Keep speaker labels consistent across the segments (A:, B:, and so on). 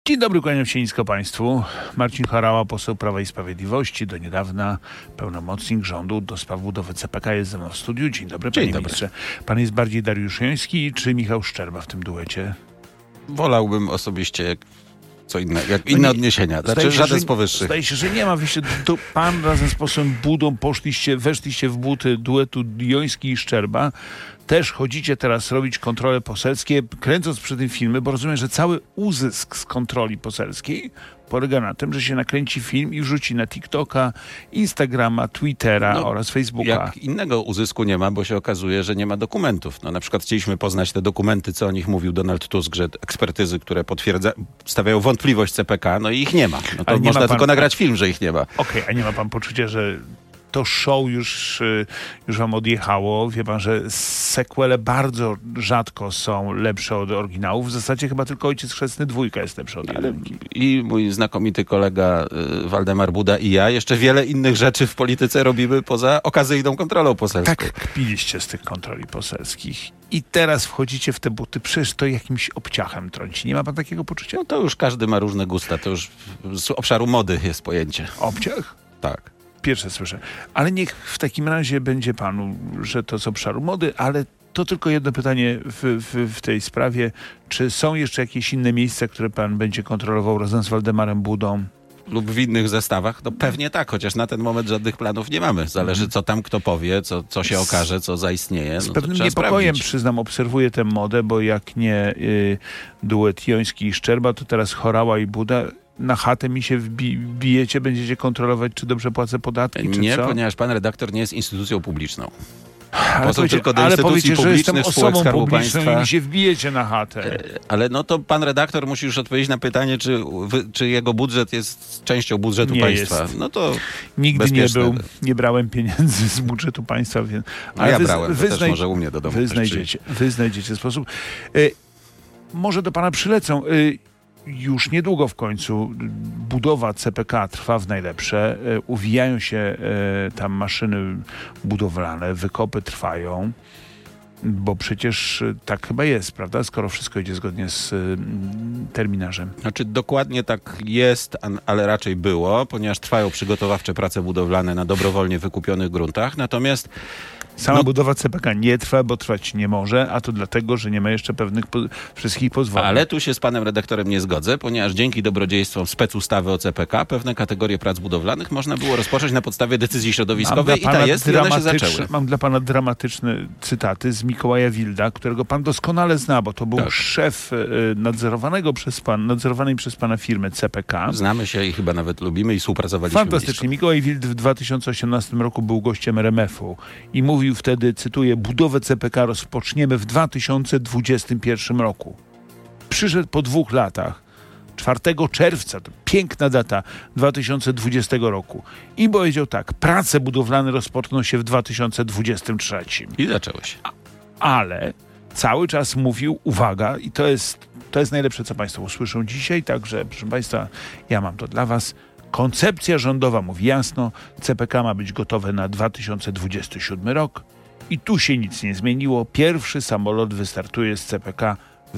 A: Dzień dobry, kłaniam się nisko Państwu. Marcin Horała, poseł Prawa i Sprawiedliwości, do niedawna pełnomocnik rządu do spraw budowy CPK, jest ze mną w studiu. Dzień dobry, panie ministrze. Pan jest bardziej Dariusz Joński czy Michał Szczerba w tym duecie?
B: Wolałbym osobiście co inne, jak inne odniesienia. Znaczy żaden z powyższych.
A: Zdaje się, że nie ma wyjścia. To pan razem z posłem Budą weszliście w buty duetu Joński i Szczerba. Też chodzicie teraz robić kontrole poselskie, kręcąc przy tym filmy, bo rozumiem, że cały uzysk z kontroli poselskiej polega na tym, że się nakręci film i wrzuci na TikToka, Instagrama, Twittera oraz Facebooka.
B: Jak innego uzysku nie ma, bo się okazuje, że nie ma dokumentów. No, na przykład chcieliśmy poznać te dokumenty, co o nich mówił Donald Tusk, że ekspertyzy, które stawiają wątpliwość CPK, no i ich nie ma. No to można tylko nagrać film, że ich nie ma.
A: Okej, a nie ma pan poczucia, że to show już wam odjechało? Wie pan, że sequele bardzo rzadko są lepsze od oryginałów. W zasadzie chyba tylko Ojciec Chrzestny 2 jest lepszy od jedynki.
B: I mój znakomity kolega Waldemar Buda i ja jeszcze wiele innych rzeczy w polityce robimy poza okazyjną kontrolą poselską.
A: Tak kpiliście z tych kontroli poselskich. I teraz wchodzicie w te buty. Przecież to jakimś obciachem trąci. Nie ma pan takiego poczucia?
B: No to już każdy ma różne gusta. To już z obszaru mody jest pojęcie.
A: Obciach?
B: Tak.
A: Pierwsze słyszę. Ale niech w takim razie będzie panu, że to z obszaru mody, ale to tylko jedno pytanie w tej sprawie. Czy są jeszcze jakieś inne miejsca, które pan będzie kontrolował razem z Waldemarem Budą?
B: Lub w innych zestawach? No pewnie tak, chociaż na ten moment żadnych planów nie mamy. Zależy, co tam kto powie, co się okaże, co zaistnieje.
A: Z
B: no
A: pewnym niepokojem, przyznam, obserwuję tę modę, bo jak nie duet Joński i Szczerba, to teraz Horała i Buda. Na chatę mi się wbijecie, będziecie kontrolować, czy dobrze płacę podatki, czy
B: nie,
A: co?
B: ponieważ pan redaktor nie jest instytucją publiczną.
A: Ale
B: tylko do instytucji publicznych, spółek Skarbu Państwa.
A: I mi się wbijecie na chatę.
B: Ale no to pan redaktor musi już odpowiedzieć na pytanie, czy jego budżet jest częścią budżetu państwa.
A: Jest.
B: No to
A: nigdy nie był. Nie brałem pieniędzy z budżetu państwa. Więc...
B: Ale ja brałem, to też może u mnie do domu.
A: Wy znajdziecie sposób. Może do pana przylecą. Już niedługo w końcu budowa CPK trwa w najlepsze. Uwijają się tam maszyny budowlane, wykopy trwają, bo przecież tak chyba jest, prawda? Skoro wszystko idzie zgodnie z terminarzem.
B: Znaczy dokładnie tak jest, ale raczej było, ponieważ trwają przygotowawcze prace budowlane na dobrowolnie wykupionych gruntach. Natomiast
A: sama budowa CPK nie trwa, bo trwać nie może, a to dlatego, że nie ma jeszcze pewnych wszystkich pozwoleń.
B: Ale tu się z panem redaktorem nie zgodzę, ponieważ dzięki dobrodziejstwom specustawy o CPK pewne kategorie prac budowlanych można było rozpocząć na podstawie decyzji środowiskowej i one się zaczęły. Mam
A: dla pana dramatyczne cytaty z Mikołaja Wilda, którego pan doskonale zna, bo to był szef nadzorowanej przez pana firmy CPK.
B: Znamy się i chyba nawet lubimy i współpracowaliśmy.
A: Fantastycznie. Mikołaj Wild w 2018 roku był gościem RMF-u i mówił wtedy, cytuję, budowę CPK rozpoczniemy w 2021 roku. Przyszedł po 2 latach, 4 czerwca, to piękna data, 2020 roku. I powiedział tak, prace budowlane rozpoczną się w 2023.
B: I zaczęły się.
A: Ale cały czas mówił, uwaga, i to jest najlepsze, co państwo usłyszą dzisiaj, także proszę państwa, ja mam to dla was. Koncepcja rządowa mówi jasno, CPK ma być gotowe na 2027 rok i tu się nic nie zmieniło. Pierwszy samolot wystartuje z CPK w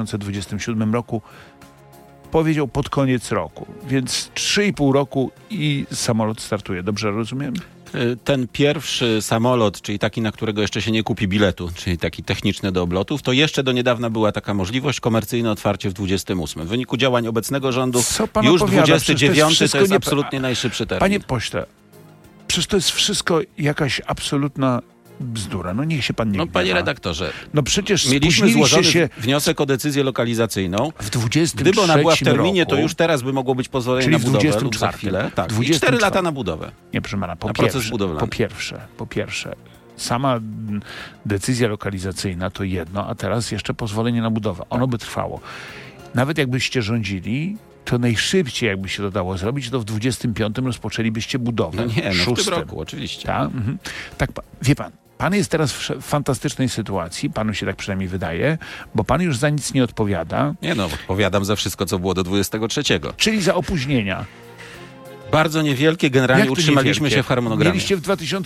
A: 2027 roku. Powiedział pod koniec roku, więc 3,5 roku i samolot startuje. Dobrze rozumiem?
B: Ten pierwszy samolot, czyli taki, na którego jeszcze się nie kupi biletu, czyli taki techniczny do oblotów, to jeszcze do niedawna była taka możliwość, komercyjne otwarcie w 28. W wyniku działań obecnego rządu już 29 to jest absolutnie najszybszy termin.
A: Panie pośle, przecież to jest wszystko jakaś absolutna bzdura. No niech się pan nie gniewa.
B: Panie redaktorze,
A: przecież
B: mieliśmy złożony wniosek o decyzję lokalizacyją.
A: W 23
B: Gdyby ona była w terminie,
A: roku,
B: to już teraz by mogło być pozwolenie na budowę lub za chwilę. Tak, 4 lata na budowę.
A: Nie, proszę pana,
B: proces budowlany.
A: Po pierwsze, sama decyzja lokalizacyjna to jedno, a teraz jeszcze pozwolenie na budowę. Ono by trwało. Nawet jakbyście rządzili, to najszybciej, jakby się to dało zrobić, to w 25 rozpoczęlibyście budowę.
B: W tym roku, oczywiście.
A: Tak, wie pan. Pan jest teraz w fantastycznej sytuacji, panu się tak przynajmniej wydaje, bo pan już za nic nie odpowiada.
B: Odpowiadam za wszystko, co było do 23.
A: Czyli za opóźnienia.
B: Bardzo niewielkie, generalnie utrzymaliśmy się w harmonogramie.
A: Mieliście w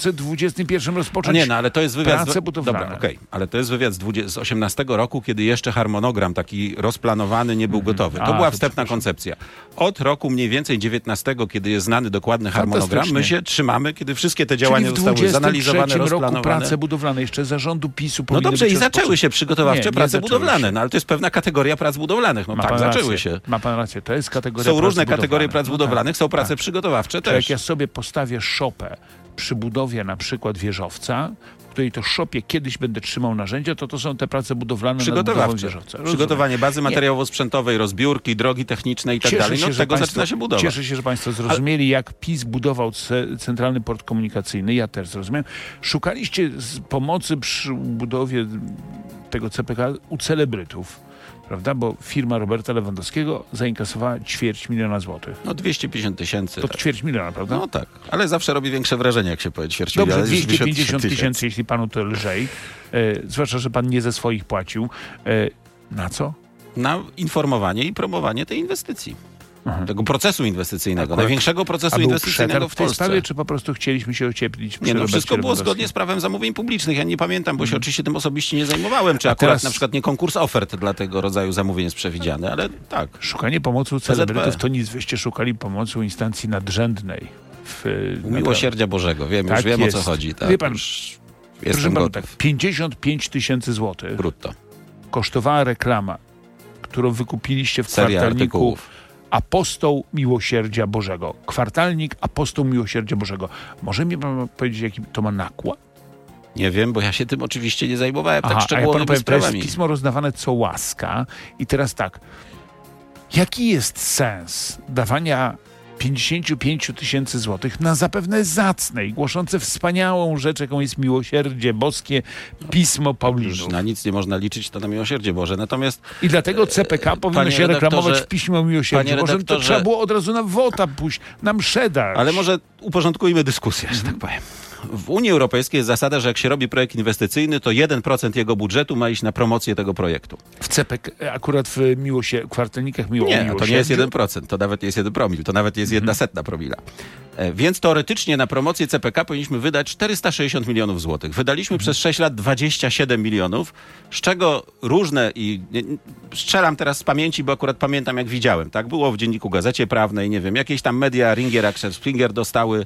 A: 2021 rozpocząć
B: nie, no ale to jest wywiad
A: prace budowlane.
B: Dobra, okej, ale to jest wywiad z 2018 roku, kiedy jeszcze harmonogram taki rozplanowany nie był gotowy. To była wstępna koncepcja. Od roku mniej więcej 19, kiedy jest znany dokładny harmonogram, my się trzymamy, kiedy wszystkie te działania zostały zanalizowane, rozplanowane.
A: Roku prace budowlane, jeszcze zarządu PiS-u
B: No dobrze, i zaczęły się przygotowawcze prace budowlane, no ale to jest pewna kategoria prac budowlanych. No tak, zaczęły się.
A: Ma pan rację, to jest kategoria
B: Są różne kategorie prac budowlanych, są prace przygotowawcze też.
A: Jak ja sobie postawię szopę przy budowie na przykład wieżowca, w której to szopie kiedyś będę trzymał narzędzia, to są te prace budowlane nad budową wieżowca.
B: Przygotowanie bazy materiałowo-sprzętowej, rozbiórki, drogi techniczne i tak dalej. No od tego zaczyna się budowa.
A: Cieszę się, że państwo zrozumieli, jak PiS budował Centralny Port Komunikacyjny. Ja też zrozumiałem. Szukaliście pomocy przy budowie tego CPK u celebrytów. Prawda? Bo firma Roberta Lewandowskiego zainkasowała 250 000 złotych.
B: No 250 000.
A: To tak. 250 000, prawda?
B: No tak, ale zawsze robi większe wrażenie, jak się powie 250 000.
A: Dobrze, 250 000, jeśli panu to lżej. Zwłaszcza, że pan nie ze swoich płacił. Na co?
B: Na informowanie i promowanie tej inwestycji. Tego procesu inwestycyjnego, największego procesu inwestycyjnego w Polsce.
A: Sprawie, czy po prostu chcieliśmy się ocieplić?
B: Nie, no wszystko było zgodnie z prawem zamówień publicznych. Ja nie pamiętam, bo się oczywiście tym osobiście nie zajmowałem, czy akurat teraz na przykład nie konkurs ofert dla tego rodzaju zamówień jest przewidziany, ale tak.
A: Szukanie pomocy u celebrytów to nic, wyście szukali pomocy u instancji nadrzędnej.
B: U miłosierdzia Bożego,
A: tak
B: już wiem o co chodzi. Tak.
A: Wie pan,
B: jestem gotów.
A: Tak, 55 000 złotych
B: brutto
A: kosztowała reklama, którą wykupiliście w kwartalniku Apostoł Miłosierdzia Bożego. Kwartalnik Apostoł Miłosierdzia Bożego. Może mi pan powiedzieć, jaki to ma nakład?
B: Nie wiem, bo ja się tym oczywiście nie zajmowałem tak szczegółowymi
A: sprawami. To jest pismo rozdawane co łaska. I teraz tak, jaki jest sens dawania 55 000 złotych na zapewne zacne i głoszące wspaniałą rzecz, jaką jest miłosierdzie boskie, pismo Paulinów.
B: Na nic nie można liczyć, to na miłosierdzie Boże. Natomiast
A: i dlatego CPK powinno się reklamować w piśmie o miłosierdziu. Może to trzeba było od razu na WOTA pójść, na mszę dać.
B: Ale może uporządkujmy dyskusję, że tak powiem. W Unii Europejskiej jest zasada, że jak się robi projekt inwestycyjny, to 1% jego budżetu ma iść na promocję tego projektu.
A: W CPK, akurat w kwartalnikach miłosierdzia?
B: Nie, to nie jest 1%, to nawet nie jest 1 promil, to nawet nie jest 1/100 promila. Więc teoretycznie na promocję CPK powinniśmy wydać 460 milionów złotych. Wydaliśmy przez 6 lat 27 milionów, z czego różne i strzelam teraz z pamięci, bo akurat pamiętam jak widziałem, tak? Było w Dzienniku Gazecie Prawnej, nie wiem, jakieś tam media, Ringier, Axel Springer dostały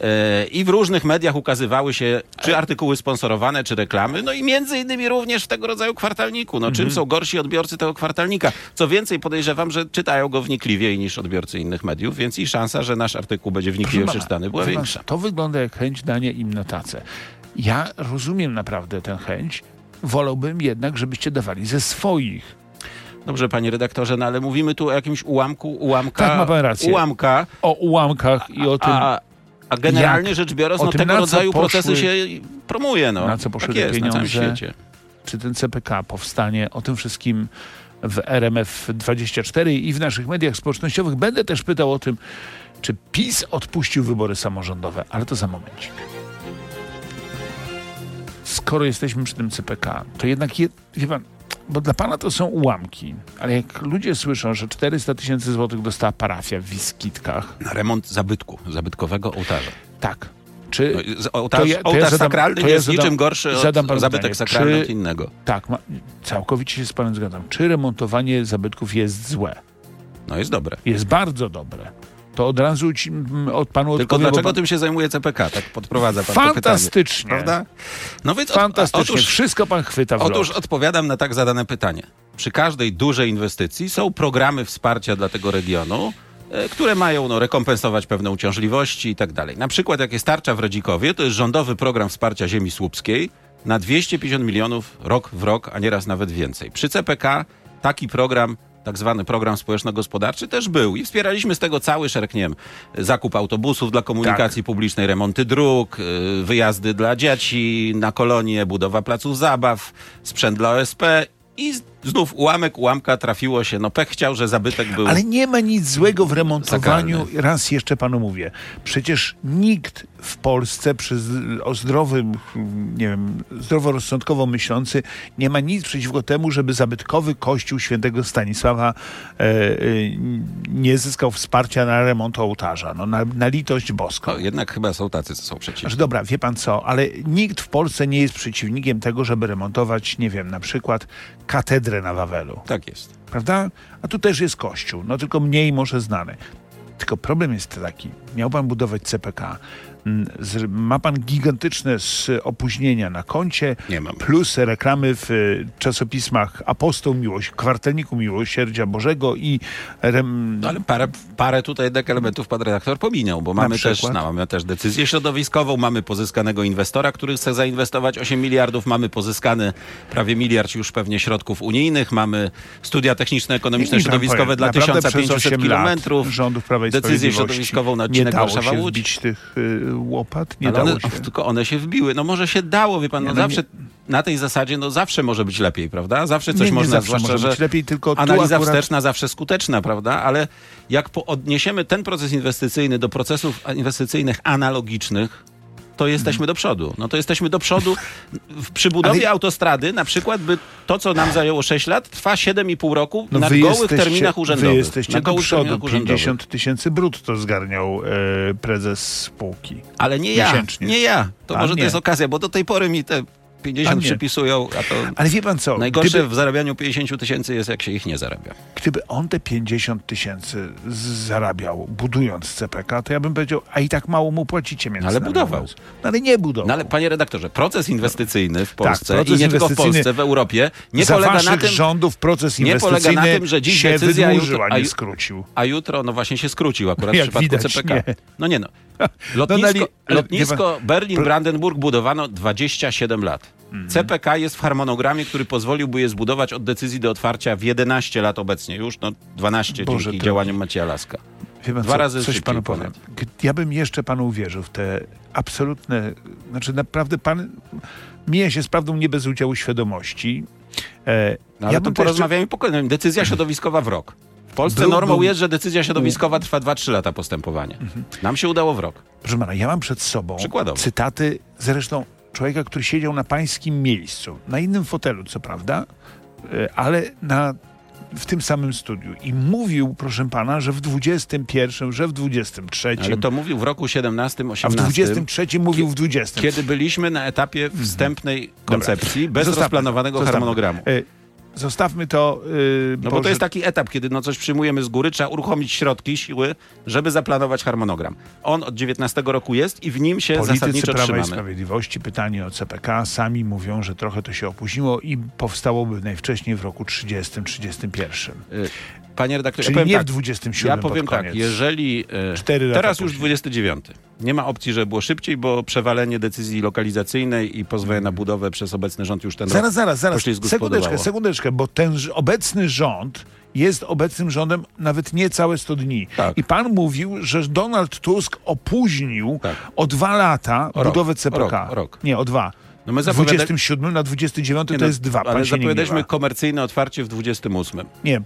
B: i w różnych mediach ukazywały się czy artykuły sponsorowane, czy reklamy, no i między innymi również w tego rodzaju kwartalniku. No czym są gorsi odbiorcy tego kwartalnika? Co więcej, podejrzewam, że czytają go wnikliwiej niż odbiorcy innych mediów, więc i szansa, że nasz artykuł będzie wnikliwie przeczytany, była większa.
A: To wygląda jak chęć dania im na tacę. Ja rozumiem naprawdę tę chęć. Wolałbym jednak, żebyście dawali ze swoich.
B: Dobrze, panie redaktorze, no ale mówimy tu o jakimś ułamka.
A: Tak, ma pan rację. O ułamkach i o tym.
B: A generalnie rzecz biorąc, no tego rodzaju procesy się promuje. No.
A: Na co poszły te pieniądze? Na całym świecie. Czy ten CPK powstanie? O tym wszystkim w RMF24 i w naszych mediach społecznościowych. Będę też pytał o tym, czy PiS odpuścił wybory samorządowe, ale to za momencik. Skoro jesteśmy przy tym CPK, to jednak, wie pan, bo dla pana to są ułamki, ale jak ludzie słyszą, że 400 000 złotych dostała parafia w Wiskitkach.
B: Na remont zabytkowego ołtarza.
A: Tak. Czy
B: ołtarz sakralny nie jest niczym gorszy od zabytek sakralny od innego.
A: Tak, całkowicie się z panem zgadzam. Czy remontowanie zabytków jest złe?
B: No jest dobre.
A: Jest bardzo dobre. To od razu od panu odpowiem.
B: Tylko dlaczego tym się zajmuje CPK? Tak podprowadza pan
A: fantastycznie.
B: To pytanie. Prawda?
A: No więc fantastycznie. Wszystko pan chwyta w lot.
B: Otóż odpowiadam na tak zadane pytanie. Przy każdej dużej inwestycji są programy wsparcia dla tego regionu, które mają rekompensować pewne uciążliwości i tak dalej. Na przykład jak jest tarcza w Radzikowie, to jest rządowy program wsparcia ziemi słupskiej na 250 milionów rok w rok, a nieraz nawet więcej. Przy CPK taki program, tak zwany program społeczno-gospodarczy też był i wspieraliśmy z tego cały szereg, nie wiem, zakup autobusów dla komunikacji publicznej, remonty dróg, wyjazdy dla dzieci na kolonie, budowa placów zabaw, sprzęt dla OSP i znów ułamka trafiło się. No pech chciał, że zabytek był...
A: Ale nie ma nic złego w remontowaniu.
B: Sakralny.
A: Raz jeszcze panu mówię. Przecież nikt w Polsce o zdrowym, nie wiem, zdroworozsądkowo myślący nie ma nic przeciwko temu, żeby zabytkowy kościół świętego Stanisława nie zyskał wsparcia na remont ołtarza. No, na litość boską.
B: No, jednak chyba są tacy, co są przeciwni.
A: Dobra, wie pan co, ale nikt w Polsce nie jest przeciwnikiem tego, żeby remontować, nie wiem, na przykład katedrę na Wawelu.
B: Tak jest.
A: Prawda? A tu też jest kościół, no tylko mniej może znany. Tylko problem jest taki, miał pan budować CPK, ma pan gigantyczne opóźnienia na koncie,
B: Nie mam.
A: plus reklamy w czasopismach Apostoł Kwartelniku Miłosierdzia Bożego i...
B: No, ale parę tutaj jednak elementów pan redaktor pominął, bo mamy też decyzję środowiskową, mamy pozyskanego inwestora, który chce zainwestować 8 miliardów, mamy pozyskany prawie miliard już pewnie środków unijnych, mamy studia techniczno-ekonomiczne środowiskowe dla 1500 kilometrów,
A: rządów Prawa i
B: decyzję środowiskową na odcinek Warszawa-Łódź.
A: Wbić tych łopat? Nie
B: ale
A: dało
B: one,
A: się.
B: tylko one się wbiły. No może się dało, wie pan, no zawsze na tej zasadzie, no zawsze może być lepiej, prawda? Zawsze coś można, zwłaszcza,
A: może być lepiej, tylko
B: analiza wsteczna zawsze skuteczna, prawda? Ale jak odniesiemy ten proces inwestycyjny do procesów inwestycyjnych analogicznych, to jesteśmy do przodu. No to jesteśmy do przodu. Przy budowie autostrady na przykład to, co nam zajęło 6 lat, trwa 7,5 roku na gołych terminach urzędowych.
A: Wy jesteście do przodu. 50 000 brutto zgarniał prezes spółki.
B: Ale nie ja. Nie ja. To może to jest okazja, bo do tej pory mi te 50 przypisują, a to...
A: Ale wie pan co?
B: Najgorsze w zarabianiu 50 000 jest, jak się ich nie zarabia.
A: Gdyby on te 50 000 zarabiał, budując CPK, to ja bym powiedział, a i tak mało mu płacicie.
B: Ale budował.
A: Ale nie budował.
B: No ale panie redaktorze, proces inwestycyjny w Polsce i nie tylko w Polsce, w Europie, nie polega na tym...
A: rządów proces inwestycyjny
B: nie polega na tym, że dziś
A: się
B: decyzja
A: wydłużył, a nie skrócił.
B: A jutro, no właśnie się skrócił akurat w przypadku
A: widać,
B: CPK.
A: Nie.
B: No nie no. Lotnisko Berlin-Brandenburg budowano 27 lat. CPK jest w harmonogramie, który pozwoliłby je zbudować od decyzji do otwarcia w 11 lat obecnie już, no 12 dzięki działaniom Macieja Laska.
A: Wie pan,
B: 2 razy
A: coś panu powiem. Ja bym jeszcze panu uwierzył w te absolutne, znaczy naprawdę pan mija się z prawdą nie bez udziału świadomości.
B: Ale ja to porozmawiamy po kolei. Decyzja środowiskowa w rok. W Polsce normą jest, że decyzja środowiskowa trwa 2-3 lata postępowania. Nam się udało w rok.
A: Proszę pana, ja mam przed sobą cytaty zresztą człowieka, który siedział na pańskim miejscu, na innym fotelu, co prawda, ale w tym samym studiu. I mówił, proszę pana, że w 21, że w 23.
B: Ale to mówił w roku 17, 18.
A: A w 23 mówił w 20.
B: Kiedy byliśmy na etapie wstępnej koncepcji, bez rozplanowanego harmonogramu.
A: Zostawmy to.
B: No bo to jest taki etap, kiedy coś przyjmujemy z góry, trzeba uruchomić środki, siły, żeby zaplanować harmonogram. On od 19 roku jest i w nim się zasadniczo
A: Prawa
B: trzymamy.
A: i Sprawiedliwości, pytanie o CPK, sami mówią, że trochę to się opóźniło i powstałoby najwcześniej w roku 30-31.
B: Panie redaktorze,
A: czyli
B: powiem
A: nie
B: tak,
A: w 27
B: ja powiem tak, jeżeli teraz już 29. Nie ma opcji, żeby było szybciej, bo przewalenie decyzji lokalizacyjnej i pozwolenie na budowę przez obecny rząd już ten rok
A: zaraz. Sekundeczkę, bo ten obecny rząd jest obecnym rządem nawet nie całe 100 dni.
B: Tak.
A: I pan mówił, że Donald Tusk opóźnił o 2 lata budowę CPK.
B: Rok.
A: Nie, o 2. No my 27 na 29 to jest 2.
B: Ale zapowiadaliśmy komercyjne otwarcie w 28.
A: Nie,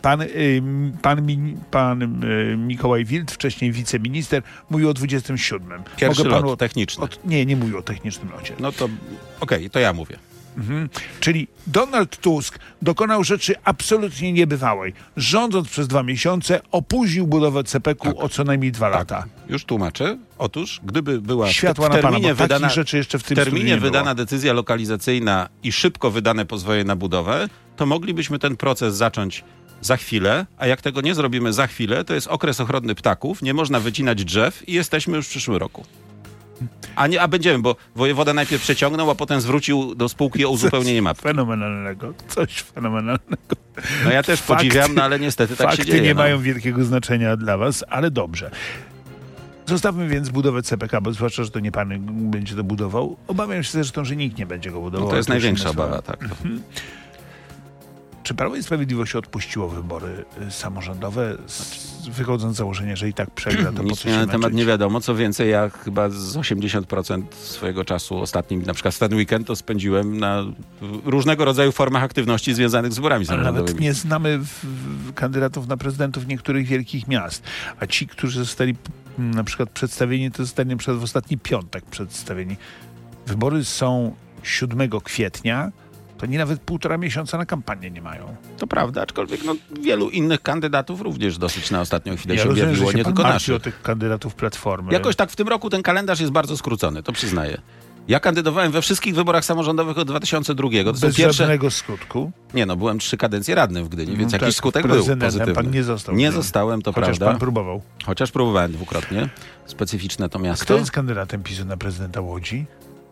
A: pan Mikołaj Wild, wcześniej wiceminister, mówił o 27.
B: Pierwszy lot techniczny.
A: Nie mówił o technicznym locie.
B: No to okej, to ja mówię.
A: Czyli Donald Tusk dokonał rzeczy absolutnie niebywałej. Rządząc przez 2 miesiące, opóźnił budowę CPK-u o co najmniej 2 lata.
B: Już tłumaczę. Otóż, gdyby była
A: światła na terminie wydana, rzeczy jeszcze w
B: terminie wydana decyzja lokalizacyjna i szybko wydane pozwolenie na budowę, to moglibyśmy ten proces zacząć za chwilę, a jak tego nie zrobimy za chwilę, to jest okres ochronny ptaków, nie można wycinać drzew i jesteśmy już w przyszłym roku. A będziemy, bo wojewoda najpierw przeciągnął, a potem zwrócił do spółki o uzupełnienie mapy.
A: Coś fenomenalnego.
B: No ja też podziwiam, no ale niestety tak się dzieje.
A: Fakty nie mają wielkiego znaczenia dla was, ale dobrze. Zostawmy więc budowę CPK, bo zwłaszcza, że to nie pan będzie to budował. Obawiam się zresztą, że nikt nie będzie go budował.
B: No to jest największa obawa, tak.
A: Czy Prawo i Sprawiedliwość odpuściło wybory samorządowe wychodząc z założenia, że i tak przegra, to po co się
B: na temat
A: męczyć?
B: nie wiadomo. Co więcej, ja chyba z 80% swojego czasu ostatnim, na przykład ten weekend, to spędziłem na różnego rodzaju formach aktywności związanych z wyborami
A: Ale
B: samorządowymi.
A: nawet nie znamy kandydatów na prezydentów niektórych wielkich miast, a ci, którzy zostali na przykład przedstawieni, to zostali na przykład w ostatni piątek przedstawieni. Wybory są 7 kwietnia, to nie nawet 1,5 miesiąca na kampanię nie mają.
B: To prawda, aczkolwiek wielu innych kandydatów również dosyć na ostatnią chwilę
A: Ja
B: się
A: rozumiem,
B: objawiło,
A: że się
B: nie
A: pan
B: tylko
A: martwi
B: naszych.
A: o tych kandydatów Platformy.
B: Jakoś tak w tym roku ten kalendarz jest bardzo skrócony, to przyznaję. Ja kandydowałem we wszystkich wyborach samorządowych od 2002. To są
A: Bez
B: pierwsze...
A: żadnego skutku.
B: Nie no, byłem 3 kadencje radnym w Gdyni, więc jakiś
A: Tak,
B: skutek był
A: prezydentem
B: pozytywny.
A: pan nie został.
B: Nie zostałem, to
A: Chociaż
B: prawda.
A: pan próbował.
B: Chociaż próbowałem dwukrotnie. Specyficzne to miasto.
A: Kto jest kandydatem PiS-u na prezydenta Łodzi?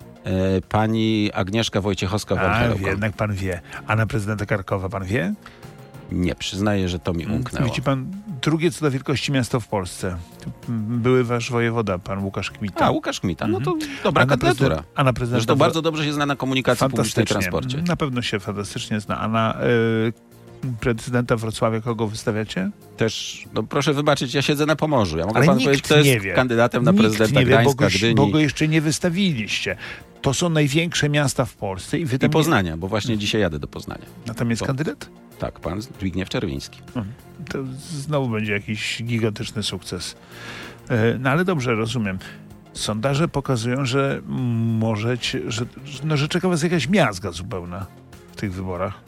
B: Pani Agnieszka Wojciechowska-Walcherowka.
A: Jednak pan wie. A na prezydenta Krakowa pan wie?
B: Nie, przyznaję, że to mi umknęło.
A: Widzi pan, drugie co do wielkości miasto w Polsce. Były wasz wojewoda, pan Łukasz Kmita.
B: A, Łukasz Kmita, no to dobra kandydatura.
A: A na prezydenta...
B: Zresztą bardzo dobrze się zna na komunikacji publicznej i transporcie.
A: Na pewno się fantastycznie zna. A na prezydenta Wrocławia kogo wystawiacie?
B: Też, no proszę wybaczyć, ja siedzę na Pomorzu. Ja mogę
A: Ale
B: panu
A: nikt
B: powiedzieć, kto jest
A: nie wie.
B: kandydatem na
A: Nikt
B: prezydenta
A: nie wie,
B: Gdańska, Gdyni
A: bo go jeszcze nie wystawiliście. To są największe miasta w Polsce. I wy
B: i
A: tam
B: Poznania, bo właśnie dzisiaj jadę do Poznania.
A: A tam jest
B: To-
A: kandydat?
B: Tak, pan Zbigniew Czerwiński.
A: To znowu będzie jakiś gigantyczny sukces. No ale dobrze, rozumiem. Sondaże pokazują, że możecie, że czeka was jakaś miazga zupełna w tych wyborach.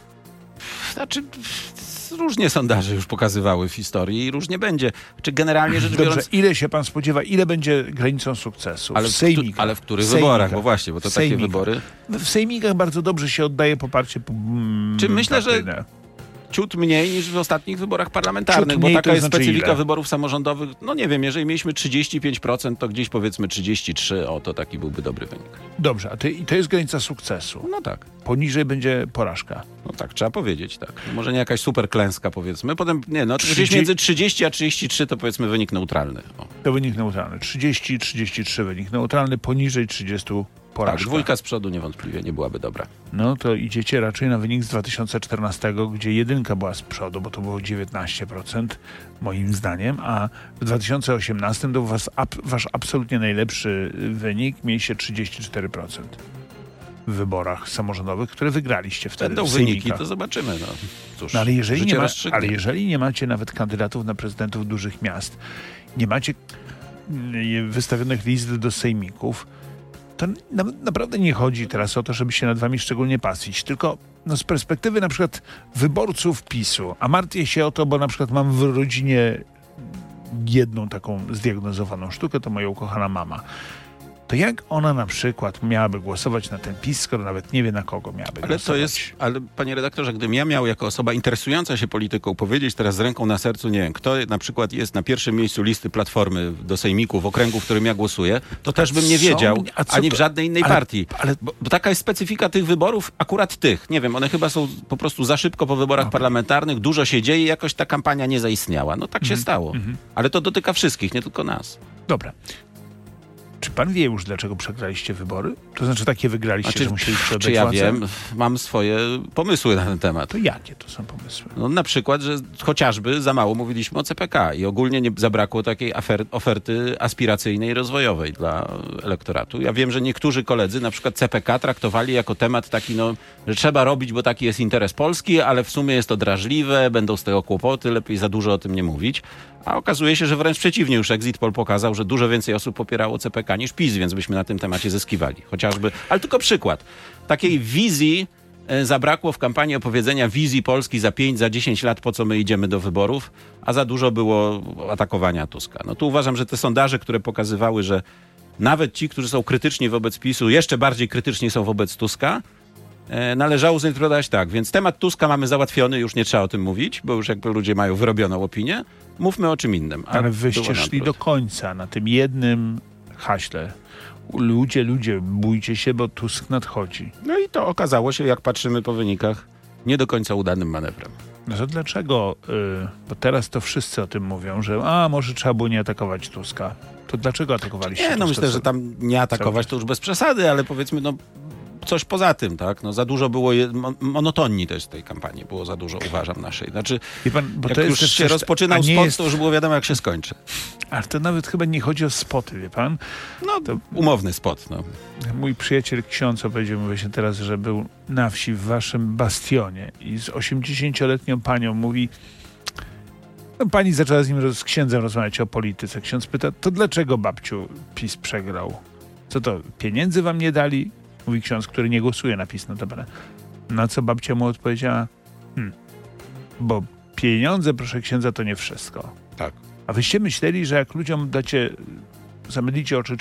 B: Znaczy, różnie sondaże już pokazywały w historii i różnie będzie. Czy generalnie rzecz
A: Dobrze,
B: biorąc...
A: ile się pan spodziewa, ile będzie granicą sukcesu?
B: Ale
A: w sejmikach.
B: ale w których
A: W sejmikach.
B: wyborach? Bo właśnie, bo to
A: W
B: takie
A: sejmikach.
B: wybory...
A: W sejmikach bardzo dobrze się oddaje poparcie
B: Czy myślę, że
A: partyjne.
B: ciut mniej niż w ostatnich wyborach parlamentarnych,
A: Ciut
B: bo
A: mniej
B: taka
A: to
B: jest
A: znaczy
B: specyfika
A: ile?
B: wyborów samorządowych. No nie wiem, jeżeli mieliśmy 35%, to gdzieś powiedzmy 33%, o to taki byłby dobry wynik.
A: Dobrze, i to jest granica sukcesu.
B: No tak.
A: Poniżej będzie porażka.
B: No tak, trzeba powiedzieć, tak. No może nie jakaś super klęska, powiedzmy. Potem, nie, no
A: 30
B: gdzieś między 30 a 33 to powiedzmy wynik neutralny. O.
A: To wynik neutralny. 30-33 wynik neutralny, poniżej 30
B: Tak,
A: porażka.
B: dwójka z przodu niewątpliwie nie byłaby dobra.
A: No to idziecie raczej na wynik z 2014, gdzie jedynka była z przodu, bo to było 19% moim zdaniem, a w 2018 to wasz absolutnie najlepszy wynik, mieliście 34% w wyborach samorządowych, które wygraliście wtedy.
B: Będą
A: w
B: wyniki,
A: sejmikach.
B: to zobaczymy. No. Cóż,
A: No, ale,
B: życie rozstrzygnie.
A: jeżeli nie macie nawet kandydatów na prezydentów dużych miast, nie macie wystawionych list do sejmików, to naprawdę nie chodzi teraz o to, żeby się nad wami szczególnie pastwić, tylko z perspektywy na przykład wyborców PiS-u, a martwię się o to, bo na przykład mam w rodzinie jedną taką zdiagnozowaną sztukę, to moja ukochana mama. To jak ona na przykład miałaby głosować na ten PiS, skoro nawet nie wie, na kogo miałaby głosować?
B: Ale panie redaktorze, gdybym ja miał jako osoba interesująca się polityką powiedzieć teraz z ręką na sercu, nie wiem, kto na przykład jest na pierwszym miejscu listy Platformy do sejmiku w okręgu, w którym ja głosuję, to też bym nie wiedział, ani w żadnej innej partii. Bo taka jest specyfika tych wyborów, akurat tych. Nie wiem, one chyba są po prostu za szybko po wyborach parlamentarnych, dużo się dzieje, jakoś ta kampania nie zaistniała. No tak się stało. Ale to dotyka wszystkich, nie tylko nas.
A: Dobra. Czy pan wie już, dlaczego przegraliście wybory? To znaczy takie wygraliście, że musieliście oddać
B: Czy ja
A: władzę?
B: wiem, mam swoje pomysły na ten temat.
A: To jakie to są pomysły?
B: No, na przykład, że chociażby za mało mówiliśmy o CPK i ogólnie nie zabrakło takiej oferty aspiracyjnej i rozwojowej dla elektoratu. Ja wiem, że niektórzy koledzy na przykład CPK traktowali jako temat taki, że trzeba robić, bo taki jest interes Polski, ale w sumie jest to drażliwe, będą z tego kłopoty, lepiej za dużo o tym nie mówić. A okazuje się, że wręcz przeciwnie, już Exit Poll pokazał, że dużo więcej osób popierało CPK niż PiS, więc byśmy na tym temacie zyskiwali. Chociażby, ale tylko przykład. Takiej wizji zabrakło w kampanii opowiedzenia wizji Polski za 5, za 10 lat, po co my idziemy do wyborów, a za dużo było atakowania Tuska. No tu uważam, że te sondaże, które pokazywały, że nawet ci, którzy są krytyczni wobec PiS-u, jeszcze bardziej krytyczni są wobec Tuska, należało zinterpretować tak. Więc temat Tuska mamy załatwiony, już nie trzeba o tym mówić, bo już jakby ludzie mają wyrobioną opinię. Mówmy o czym innym.
A: Ale wyście szli do końca na tym jednym haśle. Ludzie, bójcie się, bo Tusk nadchodzi.
B: No i to okazało się, jak patrzymy po wynikach, nie do końca udanym manewrem.
A: No to dlaczego, bo teraz to wszyscy o tym mówią, że może trzeba było nie atakować Tuska. To dlaczego atakowaliście Tuska?
B: Myślę, że tam nie atakować to już bez przesady, ale powiedzmy, coś poza tym, tak? No za dużo było monotonii też tej kampanii, było za dużo, uważam, naszej. Znaczy,
A: bo
B: jak
A: to
B: już się rozpoczynał spot, to już było wiadomo, jak się skończy.
A: Ale to nawet chyba nie chodzi o spoty, wie pan?
B: No, to umowny spot, no.
A: Mój przyjaciel ksiądz opowiedział mi właśnie teraz, że był na wsi w waszym bastionie i z 80-letnią panią mówi, no pani zaczęła z księdzem rozmawiać o polityce. Ksiądz pyta, to dlaczego babciu PiS przegrał? Co to, pieniędzy wam nie dali? Mówi ksiądz, który nie głosuje na PiS, notabene. Na co babcia mu odpowiedziała, bo pieniądze, proszę księdza, to nie wszystko.
B: Tak.
A: A wyście myśleli, że jak ludziom zamydlicie oczy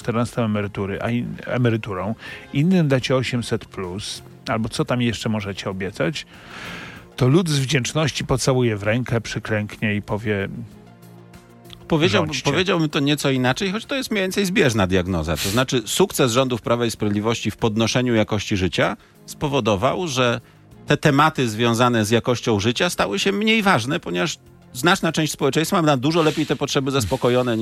A: 13-14 emeryturą, innym dacie 800+, albo co tam jeszcze możecie obiecać, to lud z wdzięczności pocałuje w rękę, przyklęknie i powie...
B: Powiedziałbym to nieco inaczej, choć to jest mniej więcej zbieżna diagnoza. To znaczy sukces rządów Prawa i Sprawiedliwości w podnoszeniu jakości życia spowodował, że te tematy związane z jakością życia stały się mniej ważne, ponieważ znaczna część społeczeństwa ma dużo lepiej te potrzeby zaspokojone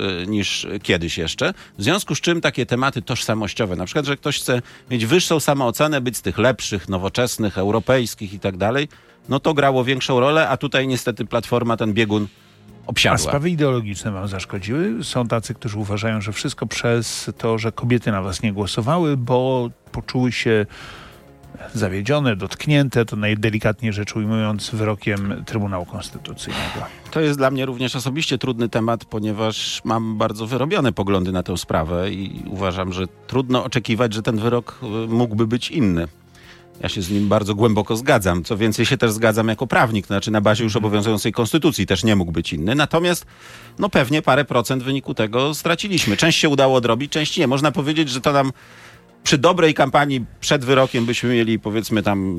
B: niż kiedyś jeszcze. W związku z czym takie tematy tożsamościowe, na przykład, że ktoś chce mieć wyższą samoocenę, być z tych lepszych, nowoczesnych, europejskich i tak dalej, no to grało większą rolę, a tutaj niestety Platforma ten biegun obsiadła.
A: A sprawy ideologiczne wam zaszkodziły? Są tacy, którzy uważają, że wszystko przez to, że kobiety na was nie głosowały, bo poczuły się zawiedzione, dotknięte, to najdelikatniej rzecz ujmując, wyrokiem Trybunału Konstytucyjnego.
B: To jest dla mnie również osobiście trudny temat, ponieważ mam bardzo wyrobione poglądy na tę sprawę i uważam, że trudno oczekiwać, że ten wyrok mógłby być inny. Ja się z nim bardzo głęboko zgadzam. Co więcej, się też zgadzam jako prawnik, to znaczy na bazie już obowiązującej konstytucji też nie mógł być inny. Natomiast no pewnie parę procent w wyniku tego straciliśmy. Część się udało odrobić, część nie. Można powiedzieć, że to nam przy dobrej kampanii przed wyrokiem byśmy mieli powiedzmy tam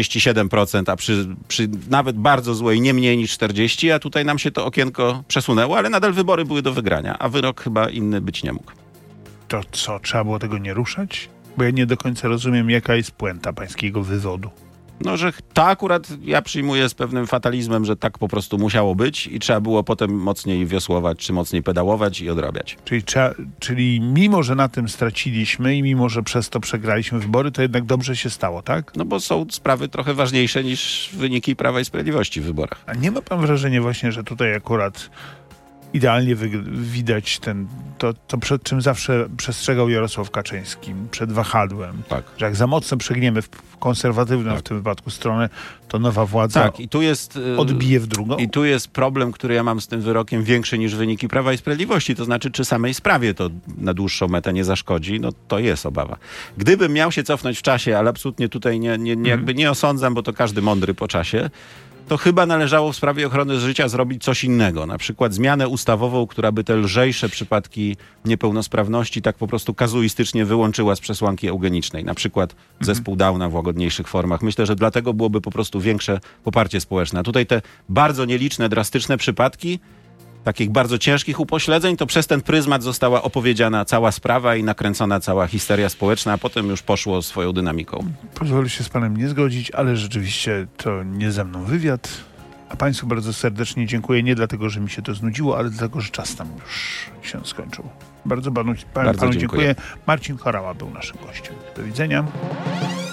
B: 47%, a przy nawet bardzo złej nie mniej niż 40%, a tutaj nam się to okienko przesunęło, ale nadal wybory były do wygrania, a wyrok chyba inny być nie mógł.
A: To co, trzeba było tego nie ruszać? Bo ja nie do końca rozumiem, jaka jest puenta pańskiego wywodu.
B: No, że to akurat ja przyjmuję z pewnym fatalizmem, że tak po prostu musiało być i trzeba było potem mocniej wiosłować, czy mocniej pedałować i odrabiać.
A: Czyli mimo, że na tym straciliśmy i mimo, że przez to przegraliśmy wybory, to jednak dobrze się stało, tak?
B: No bo są sprawy trochę ważniejsze niż wyniki Prawa i Sprawiedliwości w wyborach.
A: A nie ma pan wrażenia właśnie, że tutaj akurat idealnie widać to, przed czym zawsze przestrzegał Jarosław Kaczyński, przed wahadłem.
B: Tak.
A: Że jak za mocno przegniemy w konserwatywną w tym wypadku stronę, to nowa władza
B: i tu jest,
A: odbije w drugą.
B: I tu jest problem, który ja mam z tym wyrokiem większy niż wyniki Prawa i Sprawiedliwości. To znaczy, czy samej sprawie to na dłuższą metę nie zaszkodzi, no to jest obawa. Gdybym miał się cofnąć w czasie, ale absolutnie tutaj jakby nie osądzam, bo to każdy mądry po czasie, to chyba należało w sprawie ochrony życia zrobić coś innego. Na przykład zmianę ustawową, która by te lżejsze przypadki niepełnosprawności tak po prostu kazuistycznie wyłączyła z przesłanki eugenicznej. Na przykład zespół Downa w łagodniejszych formach. Myślę, że dlatego byłoby po prostu większe poparcie społeczne. A tutaj te bardzo nieliczne, drastyczne przypadki takich bardzo ciężkich upośledzeń, to przez ten pryzmat została opowiedziana cała sprawa i nakręcona cała histeria społeczna, a potem już poszło swoją dynamiką. Pozwolę się z panem nie zgodzić, ale rzeczywiście to nie ze mną wywiad. A państwu bardzo serdecznie dziękuję, nie dlatego, że mi się to znudziło, ale dlatego, że czas tam już się skończył. Bardzo panu dziękuję. Marcin Horała był naszym gościem. Do widzenia.